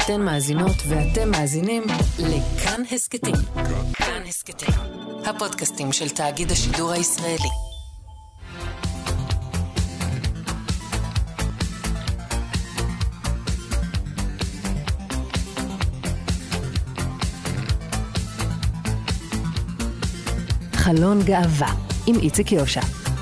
אתן מאזינות ואתם מאזינים לכאן הסקטים. כאן הסקטים, הפודקאסטים של תאגיד השידור הישראלי. חלון גאווה עם איציק יושע.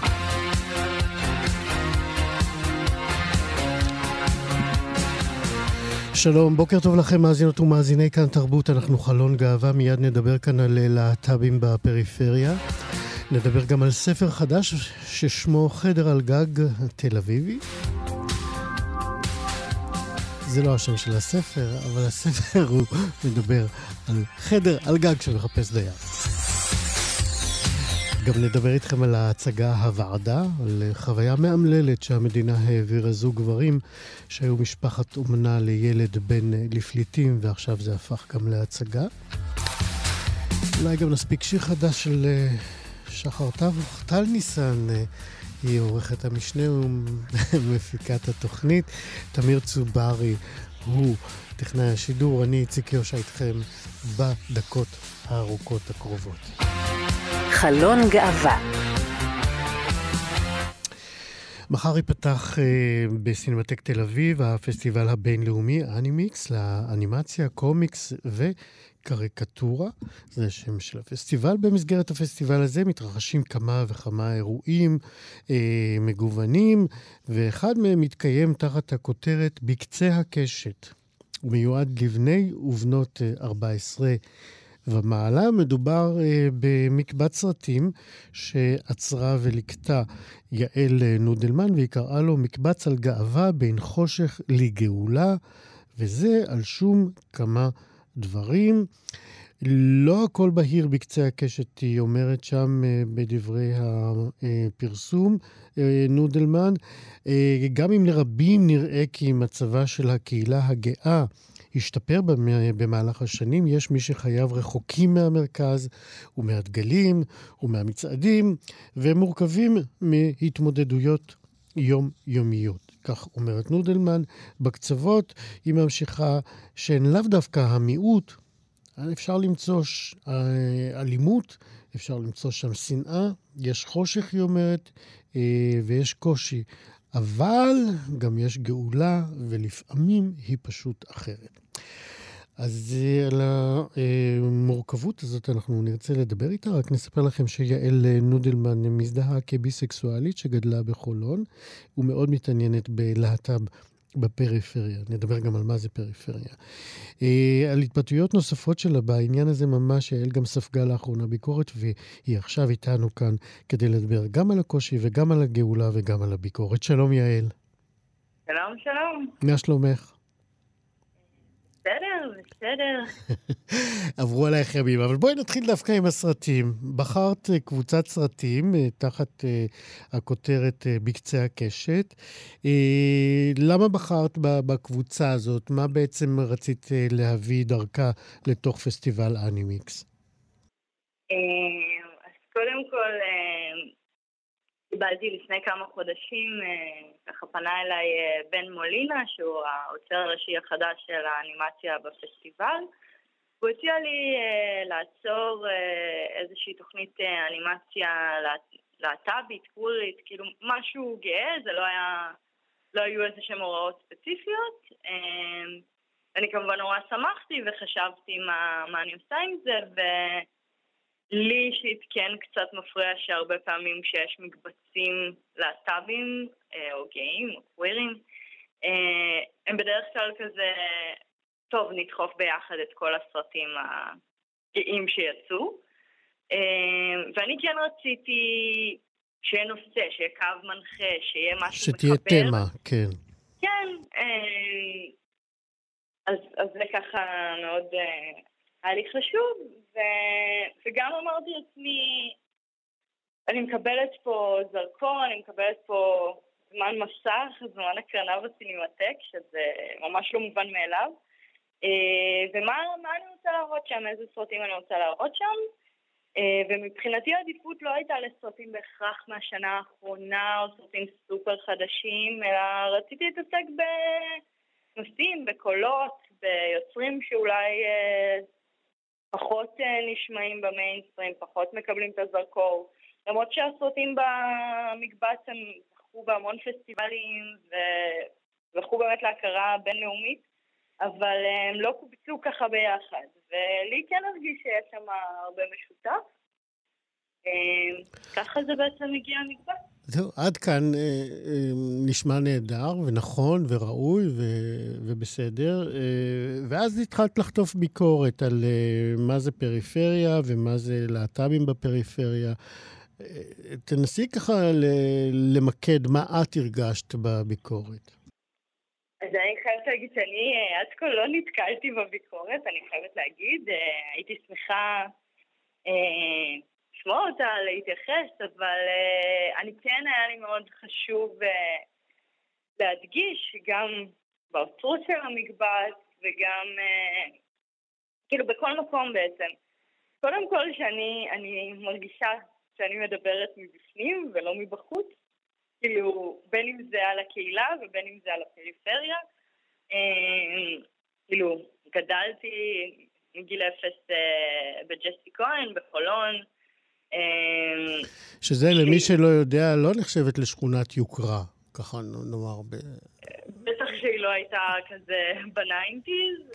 שלום, בוקר טוב לכם מאזינות ומאזיני כאן תרבות, אנחנו חלון גאווה, מיד נדבר כאן על להט"בים בפריפריה. נדבר גם על ספר חדש ששמו חדר על גג תל אביבי. זה לא השם של הספר, אבל הספר הוא מדבר על חדר על גג שמחפש דייר. גם נדבר איתכם על ההצגה הוועדה, על חוויה מאמללת שהמדינה העבירה זוג גברים שהיו משפחת אומנה לילד בן לפליטים, ועכשיו זה הפך גם להצגה. אולי גם נספיק שיר חדש של שחר טל ניסן, היא עורכת המשנה ומפיקת התוכנית. תמיר צוברי הוא טכנאי השידור, אני איציק יושע איתכם בדקות הארוכות הקרובות. חלון גאווה. מחר ייפתח בסינמטק תל אביב הפסטיבל הבינלאומי אנימיקס לאנימציה, קומיקס וקריקטורה. זה השם של הפסטיבל. במסגרת הפסטיבל הזה מתרחשים כמה וכמה אירועים מגוונים, ואחד מהם מתקיים תחת הכותרת בקצה הקשת. הוא מיועד לבני ובנות 14 ומעלה. מדובר במקבץ סרטים שעצרה ולקטה יעל נודלמן, והיא קראה לו מקבץ על גאווה בין חושך לגאולה, וזה על שום כמה דברים. לא הכל בהיר בקצה הקשת, היא אומרת שם בדברי הפרסום, נודלמן. גם אם לרבים נראה כי מצבה של הקהילה הגאה השתפר במהלך השנים, יש מי שחייו רחוקים מהמרכז ומהדגלים ומהמצעדים, והם מורכבים מהתמודדויות יומיומיות. כך אומרת נודלמן. בקצוות היא ממשיכה שהן לאו דווקא המיעוט, אפשר למצוא אלימות, אפשר למצוא שם שנאה, יש חושך, היא אומרת, ויש קושי. אבל גם יש גאולה, ולפעמים היא פשוט אחרת. אז על המורכבות הזאת אנחנו נרצה לדבר איתה. רק נספר לכם שיעל נודלמן מזדהה כביסקסואלית שגדלה בחולון, ומאוד מתעניינת בלהט"ב בפריפריה. נדבר גם על מה זה פריפריה. על התבטאויות נוספות שלה בעניין הזה ממש, יעל גם ספגה לאחרונה ביקורת, והיא עכשיו איתנו כאן כדי לדבר גם על הקושי וגם על הגאולה וגם על הביקורת. שלום יעל. שלום, שלום. מה שלומך? בסדר. עברו עלייך ימים, אבל בואי נתחיל דווקא עם הסרטים. בחרת קבוצת סרטים תחת הכותרת בקצה הקשת. למה בחרת בקבוצה הזאת? מה בעצם רצית להביא דרכה לתוך פסטיבל אנימיקס? אז קודם כל, קיבלתי לפני כמה חודשים, ככה פנה אליי בן מולינה, שהוא האוצר הראשי החדש של האנימציה בפסטיבל. הוא הציע לי לעצור איזושהי תוכנית אנימציה להט"בית, קווירית, כאילו משהו גאה, זה לא היו איזשהם הוראות ספציפיות. אני כמובן נורא שמחתי וחשבתי מה אני עושה עם זה, לי אישית כן קצת מפריע שהרבה פעמים כשיש מקבצים להט"בים או גאים או קווירים, הם בדרך כלל כזה, טוב, נדחוף ביחד את כל הסרטים הגאים שיצאו. ואני כן רציתי שיהיה נושא, שיהיה קו מנחה, שיהיה משהו שתהיה מחבר. תמה, כן. כן, אז זה ככה מאוד היה לי חשוב, וגם אמרתי לעצמי, אני מקבלת פה זרקור, אני מקבלת פה זמן מסך, זמן הקרנה בסינמטק, שזה ממש לא מובן מאליו. ומה אני רוצה להראות שם, איזה סרטים אני רוצה להראות שם. ומבחינתי העדיפות לא הייתה לסרטים בהכרח מהשנה האחרונה, או סרטים סופר חדשים, אלא רציתי להתעסק נושאים, בקולות, ביוצרים שאולי פחות נשמעים במיינסטרים, פחות מקבלים את הזרקור. למרות שהסרטים במקבץ הם זכו בהמון פסטיבלים וזכו באמת להכרה בינלאומית, אבל הם לא קובצו ככה ביחד. ולי כן הרגיש שיש שם הרבה משותף. ככה זה בעצם הגיע המקבץ. זהו, עד כאן נשמע נהדר ונכון וראוי ובסדר, ואז התחלת לחטוף ביקורת על מה זה פריפריה ומה זה להט"בים בפריפריה. תנסי ככה למקד מה את הרגשת בביקורת. אז אני חייבת להגיד שאני עד כה לא נתקלתי בביקורת, אני חייבת להגיד, הייתי שמחה לשמוע אותה, להתייחס, אבל אני כן היה לי מאוד חשוב להדגיש גם באוצרות של המקבץ וגם כאילו בכל מקום בעצם. קודם כל שאני מרגישה שאני מדברת מבפנים ולא מבחוץ, כאילו בין אם זה על הקהילה ובין אם זה על הפריפריה. כאילו גדלתי מגיל 0 בג'סי כהן, בחולון. שזה למי שלא יודע לא נחשבת לשכונת יוקרה, ככה נאמר. בטח שהיא לא הייתה כזה בניינטיז.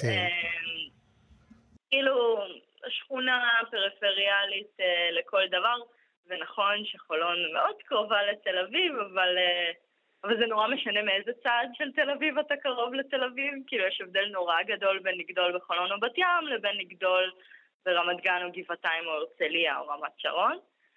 כאילו שכונה פריפריאלית לכל דבר. זה נכון שחולון מאוד קרובה לתל אביב, אבל זה נורא משנה מאיזה צד של תל אביב אתה קרוב לתל אביב. כאילו יש הבדל נורא גדול בין לגדול בחולון או בת ים לבין לגדול ברמת גן או גבעתיים או הרצליה או רמת שרון.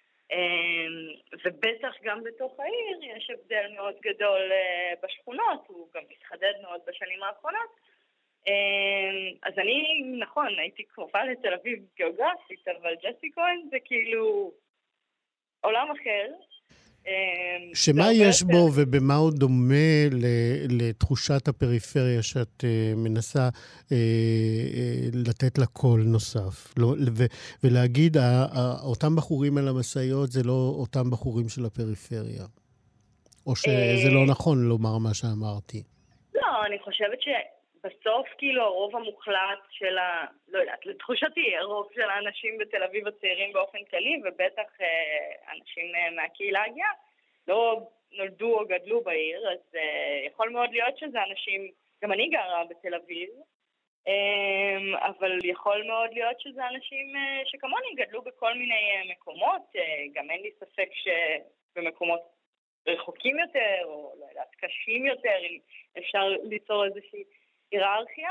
ובטח גם בתוך העיר יש הבדל מאוד גדול בשכונות, הוא גם מתחדד מאוד בשנים האחרונות. אז אני, נכון, הייתי קרובה לתל אביב גיאוגרפית, אבל ג'סי כהן זה כאילו עולם אחר. שמה יש בו ובמה הוא דומה לתחושת הפריפריה שאת מנסה לתת לה קול נוסף? ולהגיד, אותם בחורים על המשאיות זה לא אותם בחורים של הפריפריה? או שזה לא נכון לומר מה שאמרתי? לא, אני חושבת שבסוף כאילו הרוב המוחלט של לא יודעת, לתחושתי, הרוב של האנשים בתל אביב הצעירים באופן כללי, ובטח אנשים מהקהילה הגאה, לא נולדו או גדלו בעיר, אז יכול מאוד להיות שזה אנשים, גם אני גרה בתל אביב, אבל יכול מאוד להיות שזה אנשים שכמוני גדלו בכל מיני מקומות, גם אין לי ספק שבמקומות רחוקים יותר, או לא יודעת, קשים יותר, אם אפשר ליצור איזושהי היררכיה.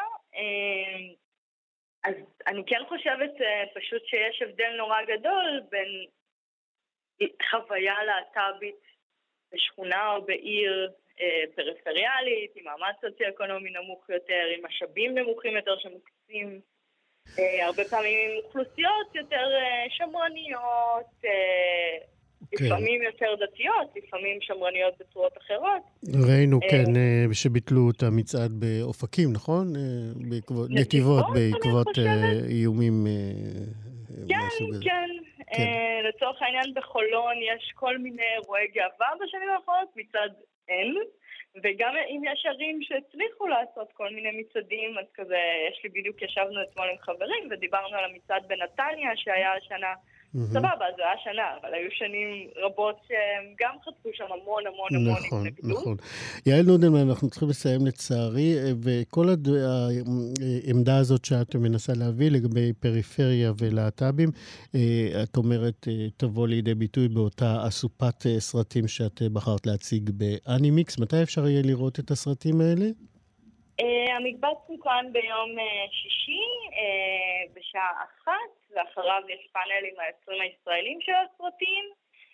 אז אני כן חושבת פשוט שיש הבדל נורא גדול בין חוויה להט"בית בשכונה או בעיר פריפריאלית, עם מעמד סוציו-אקונומי נמוך יותר, עם משאבים נמוכים יותר שמוקצים, הרבה פעמים עם אוכלוסיות יותר שמרניות, לפעמים יותר דתיות, לפעמים שמרניות בצורות אחרות. ראינו, כן, שביטלו את המצעד באופקים, נכון? נתיבות, בעקבות איומים. כן. לצורך העניין בחולון יש כל מיני אירועי גאווה בשנים האחרונות, מצד אין, וגם אם יש ערים שהצליחו לעשות כל מיני מצעדים, אז כזה, בדיוק ישבנו אתמול עם חברים ודיברנו על המצעד בנתניה שהיה השנה, סבבה, זה היה שנה, אבל היו שנים רבות שהם גם חטפו שם המון התנגדות. נכון. יעל נודלמן, אנחנו צריכים לסיים לצערי, וכל העמדה הזאת שאת מנסה להביא לגבי פריפריה ולהט"בים, את אומרת, תבוא לידי ביטוי באותה אסופת סרטים שאת בחרת להציג באנימיקס. מתי אפשר יהיה לראות את הסרטים האלה? המקבץ מוקרן ביום שישי בשעה 1, ואחריו יש פאנל עם היוצרים הישראלים של הסרטים,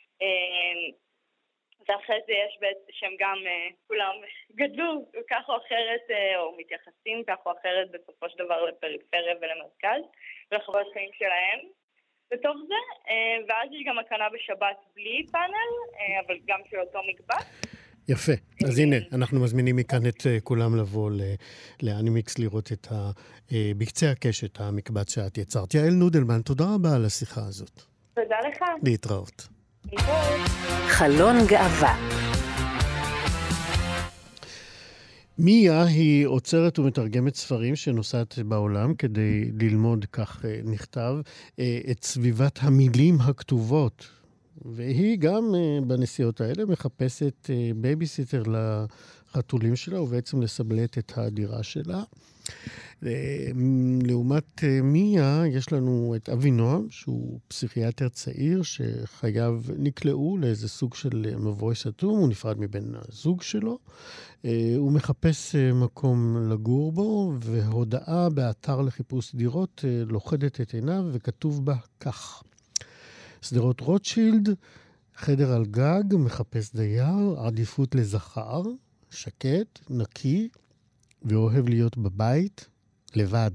ואחרי זה יש שהם גם כולם גדלו כך או אחרת, או מתייחסים כך או אחרת בסופו של דבר לפריפריה ולמרכז, ולחוויות חיים שלהם בתוך זה, ואז יש גם הקרנה בשבת בלי פאנל, אבל גם של אותו מקבץ. יפה. אז הנה, אנחנו מזמינים מכאן את כולם לבוא לאנימיקס לראות את בקצה הקשת המקבץ שאת יצרת. יעל נודלמן, תודה רבה על השיחה הזאת. תודה לך. להתראות. חלון גאווה. מיה היא עוצרת ומתרגמת ספרים שנוסעת בעולם כדי ללמוד, כך נכתב, את סביבת המילים הכתובות. והיא גם בנסיעות האלה מחפשת בייביסיטר לחתולים שלה, ובעצם לסבלט את הדירה שלה. לעומת מיה יש לנו את אבינועם, שהוא פסיכיאטר צעיר שחייו נקלעו לאיזה סוג של מבוי סתום, הוא נפרד מבן הזוג שלו, הוא מחפש מקום לגור בו, והודעה באתר לחיפוש דירות לוחדת את עיניו, וכתוב בה כך: סדרות רוטשילד, חדר על גג, מחפש דייר, עדיפות לזכר, שקט, נקי, ואוהב להיות בבית, לבד.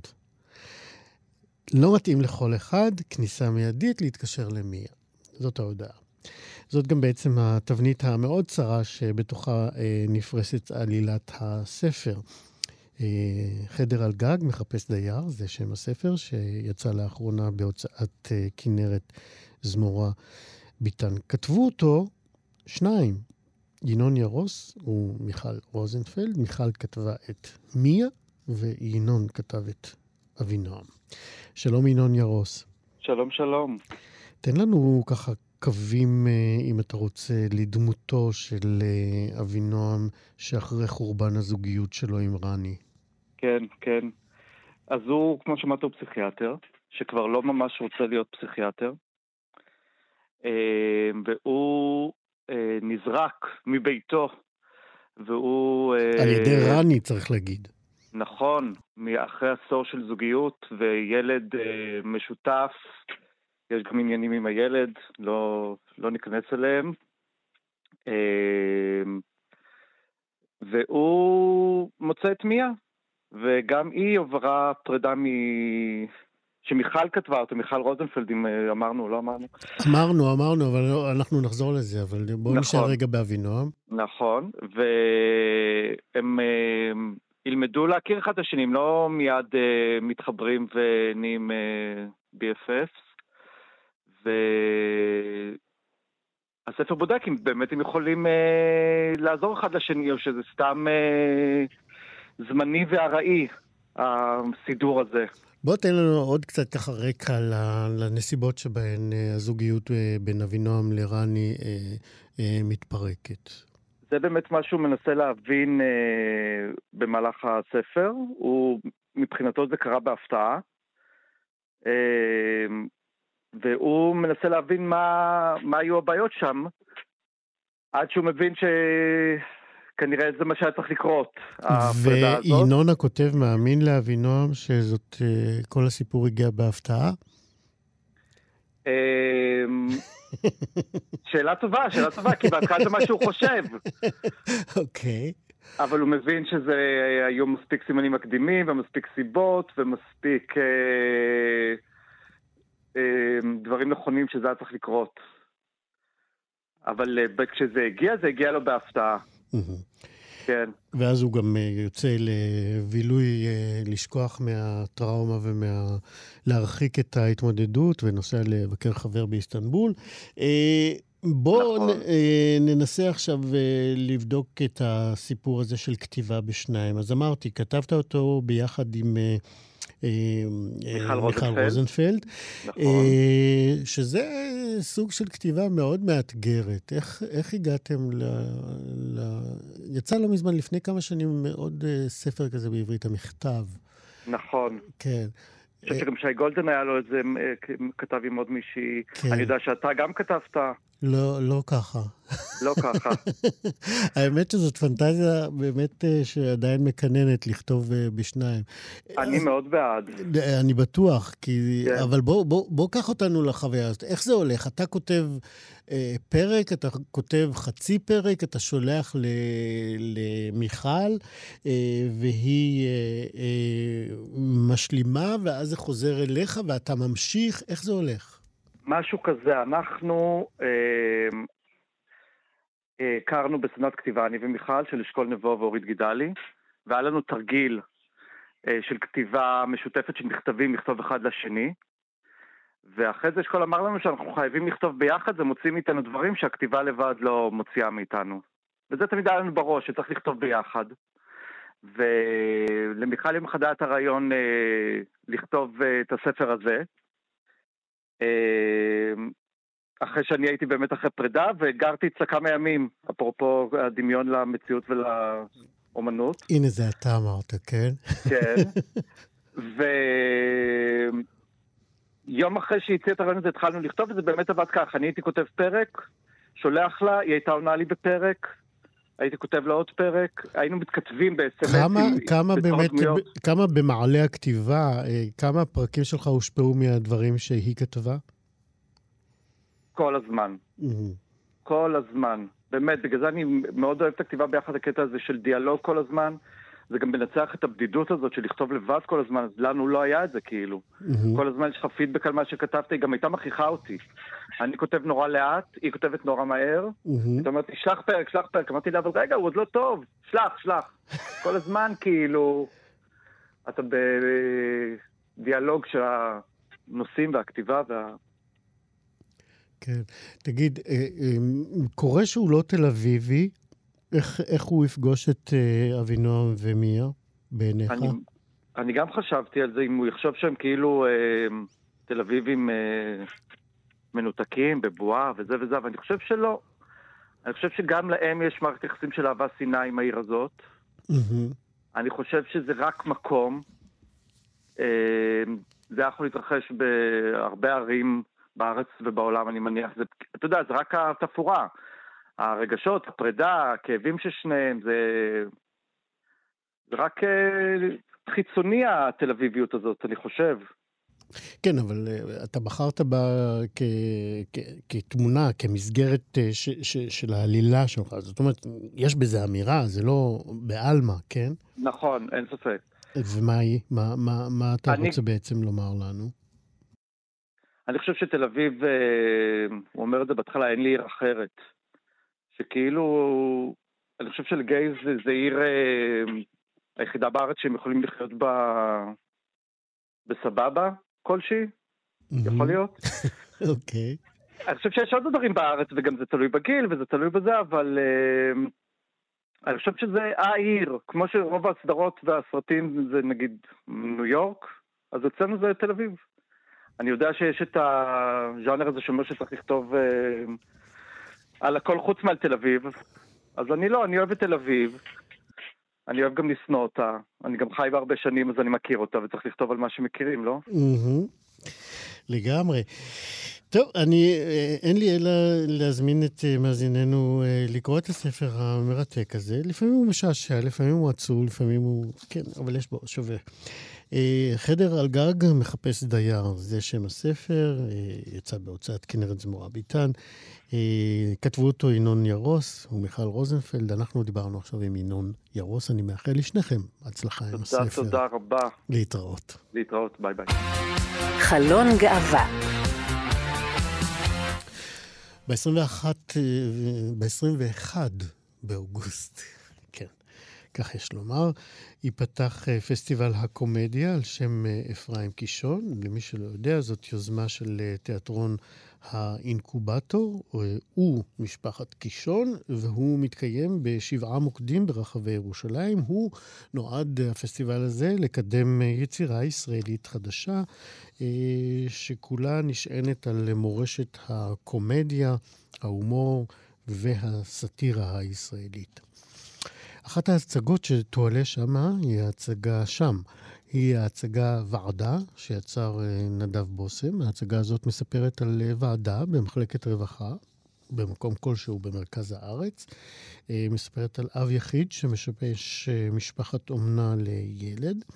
לא מתאים לכל אחד, כניסה מיידית, להתקשר למיה. זאת ההודעה. זאת גם בעצם התבנית המאוד צרה שבתוכה נפרסת עלילת הספר. חדר על גג, מחפש דייר, זה שם הספר שיצא לאחרונה בהוצאת כנרת זמורה ביטן. כתבו אותו שניים, ינון ירוס ומיכל רוזנפלד. מיכל כתבה את מיה, וינון כתב את אבינועם. שלום ינון ירוס. שלום, שלום. תן לנו ככה קווים, אם אתה רוצה, לדמותו של אבינועם שאחרי חורבן הזוגיות שלו עם רני. כן, כן. אז הוא, כמו שמעת, הוא פסיכיאטר, שכבר לא ממש רוצה להיות פסיכיאטר. והוא נזרק מביתו, והוא... על ידי רני, צריך להגיד. נכון, אחרי עשור של זוגיות וילד משותף, יש גם עניינים עם הילד, לא ניכנס אליהם. והוא מוצא את מיה, וגם היא עברה פרידה שמיכל כתבה אותו, מיכל רוזנפלד, אם אמרנו, לא אמרנו. אמרנו, אבל אנחנו נחזור לזה, אבל בואו נשאר רגע באבינועם. נכון, והם ילמדו להכיר אחד השני, הם לא מיד מתחברים ונהיים BFFs, והספר בודק אם באמת הם יכולים לעזור אחד לשני, או שזה סתם זמני והראי, הסידור הזה. בוא תן לנו עוד קצת ככה רקע לנסיבות שבהן הזוגיות בין אבינועם לרני מתפרקת. זה באמת מה שהוא מנסה להבין במהלך הספר. מבחינתו זה קרה בהפתעה. והוא מנסה להבין מה היו הבעיות שם, עד שהוא מבין שכנראה זה מה שהיה צריך לקרות, ההפרדה הזאת. וינון הכותב מאמין לאבינועם שזאת, כל הסיפור הגיע בהפתעה? שאלה טובה, כי בהתחלה זה מה שהוא חושב. אוקיי. אבל הוא מבין שזה היו מספיק סימנים מקדימים, ומספיק סיבות, ומספיק דברים נכונים שזה היה צריך לקרות. אבל כשזה הגיע, זה הגיע לו בהפתעה. כן. ואז הוא גם יוצא לבילוי, לשכוח מהטראומה להרחיק את ההתמודדות, ונוסע לבקר חבר באיסטנבול. בואו ננסה עכשיו לבדוק את הסיפור הזה של כתיבה בשניים. אז אמרתי, כתבת אותו ביחד עם מיכל רוזנפלד, שזה סוג של כתיבה מאוד מאתגרת. איך הגעתם יצא לא מזמן, לפני כמה שנים, עוד ספר כזה בעברית, המכתב. נכון. כן. אני חושב שגם שי גולדן היה לו את זה, כתב עם עוד מישהי. אני יודע שאתה גם כתבת. לא ככה. לא ככה. האמת שזאת פנטזיה באמת שעדיין מקננת לכתוב בשניים. אני מאוד בעד. אני בטוח, אבל בוא קח אותנו לחוויה הזאת. איך זה הולך? אתה כותב פרק, אתה כותב חצי פרק, אתה שולח למיכל, והיא משלימה, ואז זה חוזר אליך, ואתה ממשיך. איך זה הולך? משהו כזה. אנחנו הכרנו בסדנת כתיבה, אני ומיכל, של אשכול נבו ואורית גידלי, והיה לנו תרגיל של כתיבה משותפת של מכתבים, לכתוב אחד לשני, ואחרי זה אשכול אמר לנו שאנחנו חייבים לכתוב ביחד, זה מוציא מאיתנו דברים שהכתיבה לבד לא מוציאה מאיתנו. וזה תמיד היה לנו בראש, שצריך לכתוב ביחד. ולמיכל יום אחד היה את הרעיון לכתוב את הספר הזה. אחרי שאני הייתי באמת אחרי פרידה, וגרתי אצלה כמה ימים, אפרופו הדמיון למציאות ולאומנות. הנה זה אתה אמרת, כן? כן. ויום אחרי שהציע את הרעיון הזה, התחלנו לכתוב, וזה באמת עבד כך. אני הייתי כותב פרק, שולח לה, היא הייתה עונה לי בפרק, הייתי כותב לה עוד פרק, היינו מתכתבים כמה במעלה הכתיבה, כמה פרקים שלך הושפעו מהדברים שהיא כתבה? כל הזמן. כל הזמן. באמת, בגלל זה אני מאוד אוהב את הכתיבה ביחד הקטע הזה של דיאלוג כל הזמן. זה גם מנצח את הבדידות הזאת של לכתוב לבד כל הזמן, אז לנו לא היה את זה כאילו. כל הזמן יש לך פידבק על מה שכתבת, היא גם הייתה מכריחה אותי. אני כותב נורא לאט, היא כותבת נורא מהר. זאת אומרת, שלח פרק. אמרתי לה, אבל רגע, הוא עוד לא טוב. שלח. כל הזמן כאילו, אתה בדיאלוג של הנושאים והכתיבה כן. תגיד, קורה שהוא לא תל אביבי, איך הוא יפגוש את אבינועם ומיה בעיניך? אני גם חשבתי על זה, אם הוא יחשוב שהם כאילו תל אביבים מנותקים, בבועה וזה, אבל אני חושב שלא. אני חושב שגם להם יש מערכת יחסים של אהבה שנאה עם העיר הזאת. אני חושב שזה רק מקום. זה יכול להתרחש בהרבה ערים בארץ ובעולם, אני מניח. אתה יודע, זה רק התפאורה. הרגשות, הפרידה, הכאבים של שניהם, זה רק חיצוני התל אביביות הזאת, אני חושב. כן, אבל אתה בחרת בה כתמונה, כמסגרת של העלילה שלך. זאת אומרת, יש בזה אמירה, זה לא בעלמה, כן? נכון, אין ספק. ומה היא? מה אתה רוצה בעצם לומר לנו? אני חושב שתל אביב, הוא אומר את זה בהתחלה, אין לי עיר אחרת. שכאילו, אני חושב שלגייז זה עיר היחידה בארץ שהם יכולים לחיות בסבבה כלשהי, יכול להיות. אוקיי. אני חושב שיש עוד דברים בארץ, וגם זה תלוי בגיל, וזה תלוי בזה, אבל אני חושב שזה העיר, כמו שרוב הסדרות והסרטים זה נגיד ניו יורק, אז אצלנו זה תל אביב. אני יודע שיש את הז'אנר הזה שאומר שצריך לכתוב על הכל חוץ מעל תל אביב, אז אני אוהב את תל אביב, אני אוהב גם לשנוא אותה, אני גם חי בהרבה שנים, אז אני מכיר אותה, וצריך לכתוב על מה שמכירים, לא? לגמרי. טוב, אין לי אלא להזמין את מאזיננו לקרוא את הספר המרתק הזה. לפעמים הוא משעשע, לפעמים הוא עצוב, לפעמים הוא... כן, אבל יש בו שווה. חדר על גג מחפש דייר, זה שם הספר, יצא בהוצאת כנרת זמורה ביטן. כתבו אותו ינון ירוס ומיכל רוזנפלד. אנחנו דיברנו עכשיו עם ינון ירוס. אני מאחל לשניכם הצלחה עם הספר. תודה רבה. להתראות. ביי ביי. חלון גאווה. ב-21 באוגוסט, כן, כך יש לומר, ייפתח פסטיבל הקומדיה על שם אפרים קישון. למי שלא יודע, זאת יוזמה של תיאטרון האינקובטור, הוא משפחת קישון, והוא מתקיים ב7 מוקדים ברחבי ירושלים. הוא נועד, הפסטיבל הזה, לקדם יצירה ישראלית חדשה, שכולה נשענת על מורשת הקומדיה, ההומור והסאטירה הישראלית. אחת ההצגות שתועלה שמה היא ההצגה שם. היא ההצגה ועדה שיצר נדב בוסם. ההצגה הזאת מספרת על ועדה במחלקת רווחה, במקום כלשהו במרכז הארץ. מספרת על אב יחיד שמשבש משפחת אומנה לילד.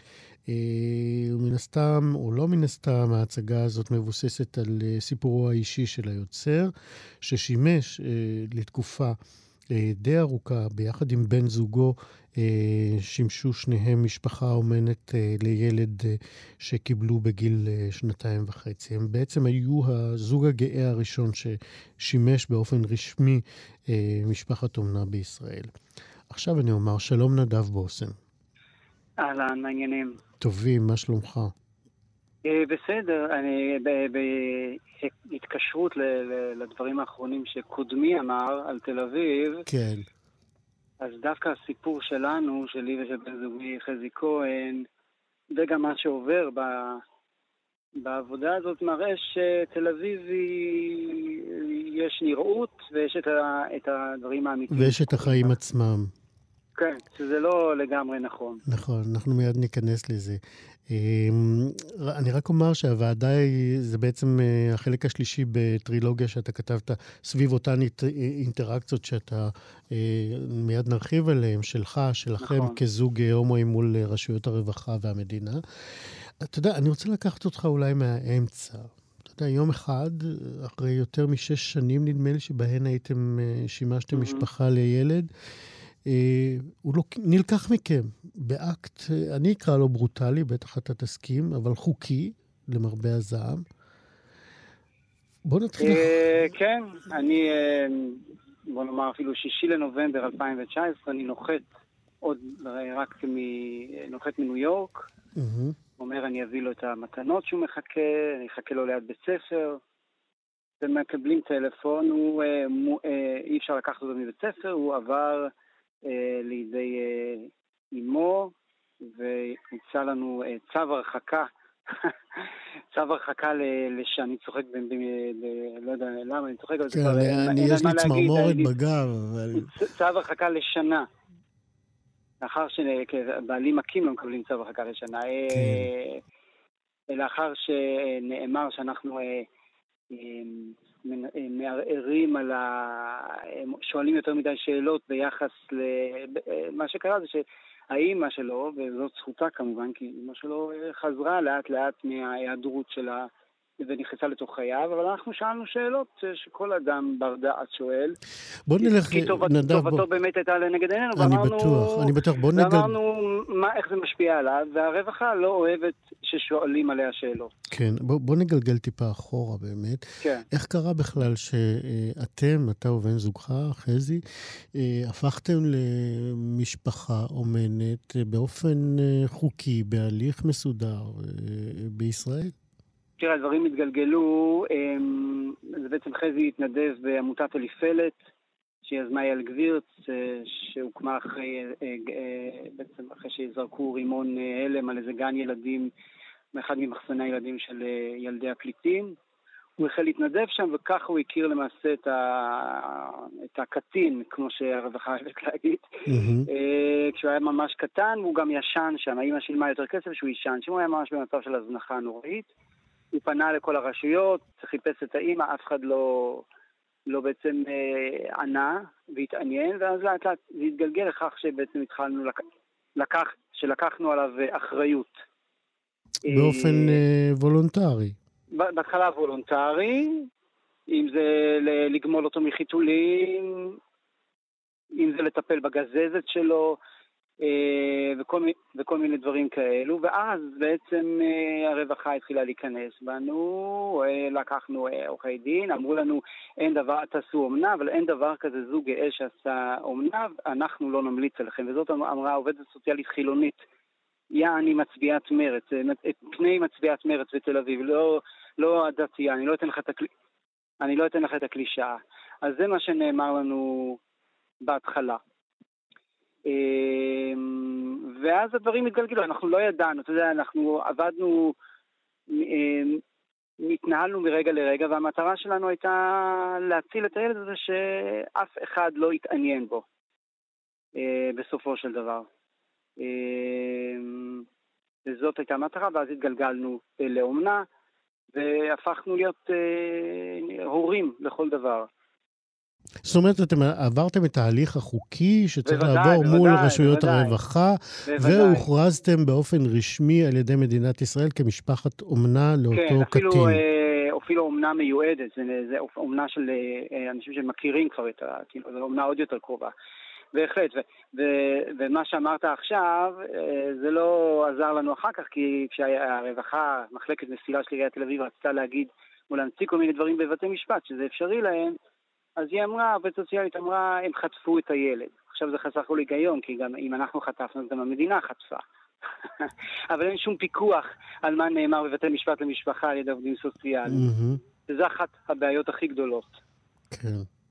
מן הסתם, או לא מן הסתם, ההצגה הזאת מבוססת על סיפורו האישי של היוצר, ששימש לתקופה די ארוכה, ביחד עם בן זוגו, שימשו שניהם משפחה אומנת לילד שקיבלו בגיל 2.5. הם בעצם היו הזוג הגאה הראשון ששימש באופן רשמי משפחת אומנה בישראל. עכשיו אני אומר, שלום נדב בוסם. אהלן, מעניינים. טובים, מה שלומך? בסדר, אני בהתקשרות לדברים האחרונים שקודמי אמר על תל אביב. כן. אז דווקא הסיפור שלנו, שלי ושל בן זוגי חזי כהן, וגם מה שעובר בעבודה הזאת מראה שתל אביב יש נראות ויש את הדברים האמיתיים. ויש את החיים עצמם. כן, שזה לא לגמרי נכון. נכון, אנחנו מיד ניכנס לזה. אני רק אומר שהוועדה זה בעצם החלק השלישי בטרילוגיה שאתה כתבת סביב אותן אינטראקציות שאתה מיד נרחיב עליהן, שלכם נכון. כזוג הומואים מול רשויות הרווחה והמדינה. אתה יודע, אני רוצה לקחת אותך אולי מהאמצע. אתה יודע, יום אחד, אחרי יותר מ6 שנים נדמה לי שבהן שימשתם משפחה לילד, הוא לא נלקח מכם באקט, אני אקרא לו ברוטלי, בטח אתה תסכים, אבל חוקי, למרבה הזעם. בוא נתחיל. כן, אני, בוא נאמר אפילו 6 לנובמבר 2019, אני נוחת עוד רק נוחת מניו יורק, אומר אני אביא לו את המתנות שהוא מחכה, אני אחכה לו ליד בית ספר, ומקבלים טלפון, אי אפשר לקחת אותו מבית ספר, הוא עבר לידי אמו, והוצא לנו צו הרחקה, צו הרחקה שאני צוחק, לא יודע למה, אני צוחק, אבל זה כבר... יש לי צמרמורת בגב, אבל... צו הרחקה לשנה. לאחר שבעלים מכים לא מקבלים צו הרחקה לשנה. לאחר שנאמר שאנחנו... מערערים על שואלים יותר מדי שאלות ביחס למה שקרה זה שהאימא שלו, וזאת זכותה כמובן, כי אימא שלו חזרה לאט לאט מההיעדרות שלה ונכנסה לתוך חייו, אבל אנחנו שאלנו שאלות שכל אדם בר דעת שואל. בוא נלך, כי טובתו באמת הייתה לנגד עינינו, אני בטוח, ואמרנו איך זה משפיע עליו, והרווחה לא אוהבת ששואלים עליה שאלות. כן, בוא נגלגל טיפה אחורה באמת. כן. איך קרה בכלל שאתם, אתה ובן זוגך, חזי, הפכתם למשפחה אומנת באופן חוקי, בהליך מסודר בישראל? תראה, הדברים התגלגלו, זה בעצם חזי התנדב בעמותת אליפלת, שיזמה יעל גבירץ, שהוקמה בעצם אחרי שזרקו רימון הלם על איזה גן ילדים, מאחד ממחסני הילדים של ילדי הפליטים. הוא החל להתנדב שם, וכך הוא הכיר למעשה את הקטין, כמו שהרווחה אוהבת להגיד. כשהוא היה ממש קטן, הוא גם ישן שם, האמא שילמה יותר כסף שהוא ישן, שהוא היה ממש במצב של הזנחה נוראית. הוא פנה לכל הרשויות, חיפש את האמא, אף אחד לא בעצם ענה והתעניין, ואז לאט לאט זה התגלגל לכך שבעצם התחלנו שלקחנו עליו אחריות. באופן וולונטרי. בהתחלה וולונטרי, אם זה לגמול אותו מחיתולים, אם זה לטפל בגזזת שלו, וכל מיני דברים כאלו, ואז בעצם הרווחה התחילה להיכנס בנו, לקחנו עורכי דין, אמרו לנו אין דבר, תעשו אומנה, אבל אין דבר כזה זוג גאה שעשה אומנה, אנחנו לא נמליץ עליכם, וזאת אמרה עובדת סוציאלית חילונית, אני מצביעת מרץ, פני מצביעת מרץ בתל אביב, לא הדתייה, אני לא אתן לך את הקלישאה. אז זה מה שנאמר לנו בהתחלה. ואז הדברים התגלגלו, אנחנו לא ידענו, אתה יודע, אנחנו עבדנו, התנהלנו מרגע לרגע, והמטרה שלנו הייתה להציל את הילד הזה שאף אחד לא יתעניין בו, בסופו של דבר. וזאת הייתה המטרה, ואז התגלגלנו לאומנה, והפכנו להיות הורים לכל דבר. זאת אומרת, אתם עברתם את ההליך החוקי שצריך לעבור מול רשויות הרווחה, והוכרזתם באופן רשמי על ידי מדינת ישראל כמשפחת אומנה לאותו קטין. כן, אפילו אומנה מיועדת, זה אומנה של אנשים שמכירים כבר את הקטין, זו אומנה עוד יותר קרובה. בהחלט, ומה שאמרת עכשיו, זה לא עזר לנו אחר כך, כי כשהרווחה, מחלקת מסילה של עיריית תל אביב, רצתה להגיד, או להמציא כל מיני דברים בבתי משפט, שזה אפשרי להם, אז היא אמרה, עובדת סוציאלית אמרה, הם חטפו את הילד. עכשיו זה חסך לו היגיון, כי גם אם אנחנו חטפנו, אז גם המדינה חטפה. אבל אין שום פיקוח על מה נאמר בבתי משפט למשפחה על ידי עובדים סוציאליים. וזו אחת הבעיות הכי גדולות. כן.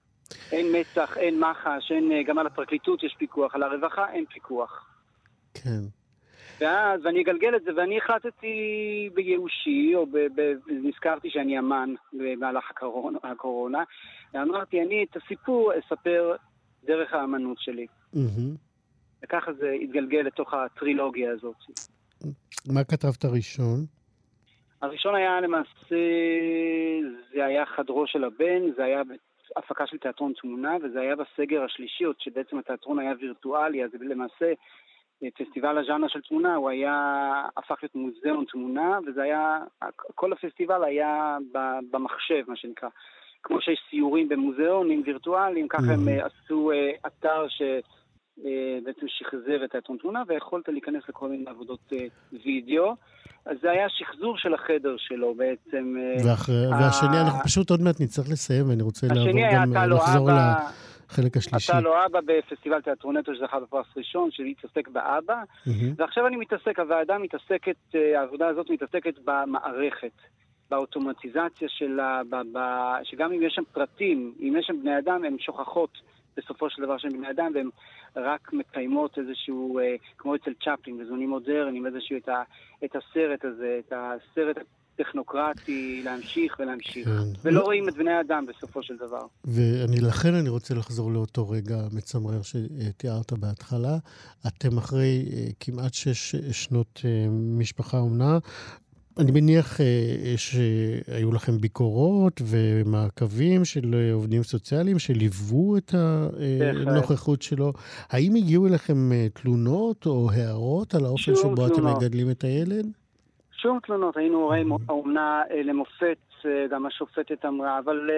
אין מצח, אין מחש, גם על הפרקליטות יש פיקוח, על הרווחה אין פיקוח. כן. ואז אני אגלגל את זה, ואני החלטתי בייאושי, או נזכרתי שאני אמן במהלך הקורונה, ואמרתי, אני את הסיפור אספר דרך האמנות שלי. וככה זה התגלגל לתוך הטרילוגיה הזאת. מה כתבת ראשון? הראשון היה למעשה, זה היה חדרו של הבן, זה היה הפקה של תיאטרון תמונה, וזה היה בסגר השלישי, עוד שבעצם התיאטרון היה וירטואלי, אז למעשה פסטיבל הז'אנר של תמונה, הוא הפך להיות מוזיאון תמונה, וזה היה, כל הפסטיבל היה במחשב, מה שנקרא. כמו שיש סיורים במוזיאונים וירטואליים, ככה הם עשו אתר שבעצם שחזר את תיאטרון תמונה, ויכולת להיכנס לכל מיני עבודות וידאו. אז זה היה שחזור של החדר שלו בעצם. והשני, אנחנו פשוט עוד מעט נצטרך לסיים, ואני רוצה לעבור גם לחזור לחלק השלישי. אתה לא אבא בפסטיבל תיאטרונטו שזכה בפרס ראשון, שהתעסק באבא, ועכשיו אני מתעסק, העבודה הזאת מתעסקת במערכת, באוטומטיזציה שלה, שגם אם יש שם פרטים, אם יש שם בני אדם, הן שוכחות בסופו של דבר שהן בני אדם, והן רק מקיימות איזשהו, כמו אצל צ'פלין, בזמנים מודרניים, איזשהו את הסרט הזה, את הסרט טכנוקרטי, להמשיך ולהמשיך. ולא רואים את בני האדם בסופו של דבר. ולכן אני רוצה לחזור לאותו רגע מצמרר שתיארת בהתחלה. אתם אחרי כמעט 6 שנות משפחה אומנה, אני מניח שהיו לכם ביקורות ומעקבים של עובדים סוציאליים שליוו את הנוכחות שלו. האם הגיעו אליכם תלונות או הערות על האופן שבו אתם מגדלים את הילד? שום תלונות, היינו הורי אומנה למופת, גם השופטת אמרה, אבל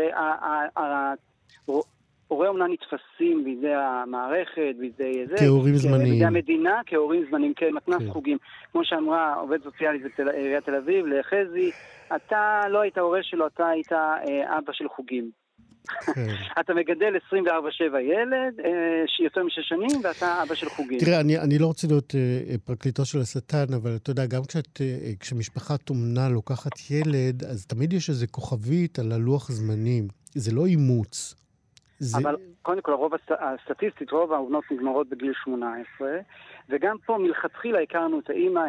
הורי אומנה נתפסים בידי המערכת, בידי זה, כהורים זמניים. בידי המדינה, כהורים זמניים, כמתנ"ס חוגים. כמו שאמרה עובד סוציאלית בעיריית תל אביב, לחזי, אתה לא היית הורה שלו, אתה היית אבא של חוגים. אתה מגדל 24/7 ילד, יותר מ6 שנים, ואתה אבא של חוגים. תראה, אני לא רוצה להיות פרקליטו של השטן, אבל אתה יודע, גם כשמשפחת אומנה לוקחת ילד, אז תמיד יש איזו כוכבית על הלוח זמנים. זה לא אימוץ. אבל קודם כל, הסטטיסטית, רוב האומנות נגמרות בגיל 18, וגם פה מלכתחילה הכרנו את האמא,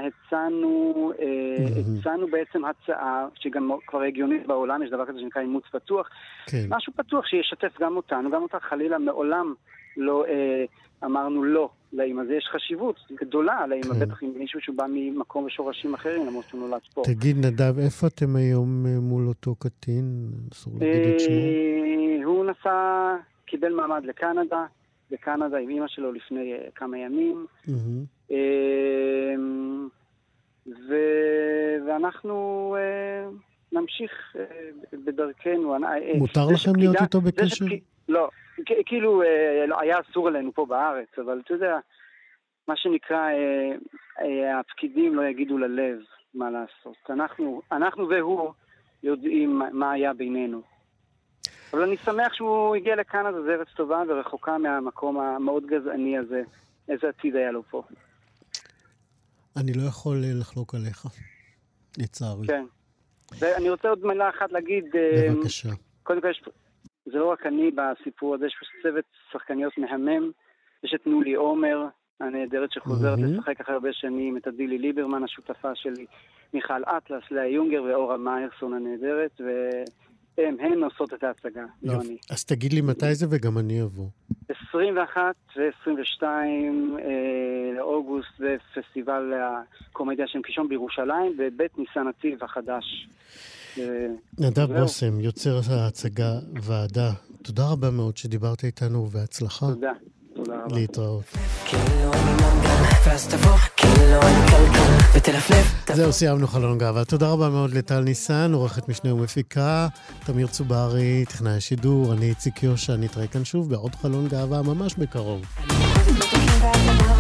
הצענו בעצם הצעה, שגם כבר הגיונית בעולם, יש דבר כזה שנקרא אימוץ פתוח, משהו פתוח שישתף גם אותנו, גם אותך חלילה מעולם לא אמרנו לא לאמא, אז יש חשיבות גדולה לאמא, בטח עם מישהו שהוא בא ממקום ושורשים אחרים, למרות שהוא נולד פה. תגיד נדב, איפה אתם היום מול אותו קטין? אסור להגיד את שמו? הוא קיבל מעמד בקנדה עם אמא שלו לפני כמה ימים, ואנחנו נמשיך בדרכנו. מותר לכם להיות איתו בקשר? לא, כאילו היה אסור עלינו פה בארץ, אבל אתה יודע, מה שנקרא, הפקידים לא יגידו ללב מה לעשות. אנחנו והוא יודעים מה היה בינינו. אבל אני שמח שהוא הגיע לקנדה, זה ארץ טובה ורחוקה מהמקום המאוד גזעני הזה. איזה עתיד היה לו פה. אני לא יכול לחלוק עליך, לצערי. כן. ואני רוצה עוד מילה אחת להגיד. בבקשה. קודם כל, זה לא רק אני בסיפור הזה, יש צוות שחקניות מהמם. יש את נולי עומר, הנהדרת שחוזרת לשחק אחרי הרבה שנים, את עדילי ליברמן, השותפה שלי, מיכל אטלס, לאה יונגר ואורה מיירסון הנהדרת, הן עושות את ההצגה, לא אני. אז תגיד לי מתי זה וגם אני אבוא. 21 ו-22 לאוגוסט בפסטיבל הקומדיה שם קישון בירושלים, בבית ניסן נתיב החדש. נדב בוסם, יוצר ההצגה ועדה. תודה רבה מאוד שדיברת איתנו ובהצלחה. תודה. תודה רבה. להתראות. זהו, סיימנו חלון גאווה. תודה רבה מאוד לטל ניסן, עורכת משנה ומפיקה, תמיר צוברי, טכנאי השידור, אני איציק יושע, נתראה כאן שוב בעוד חלון גאווה ממש בקרוב.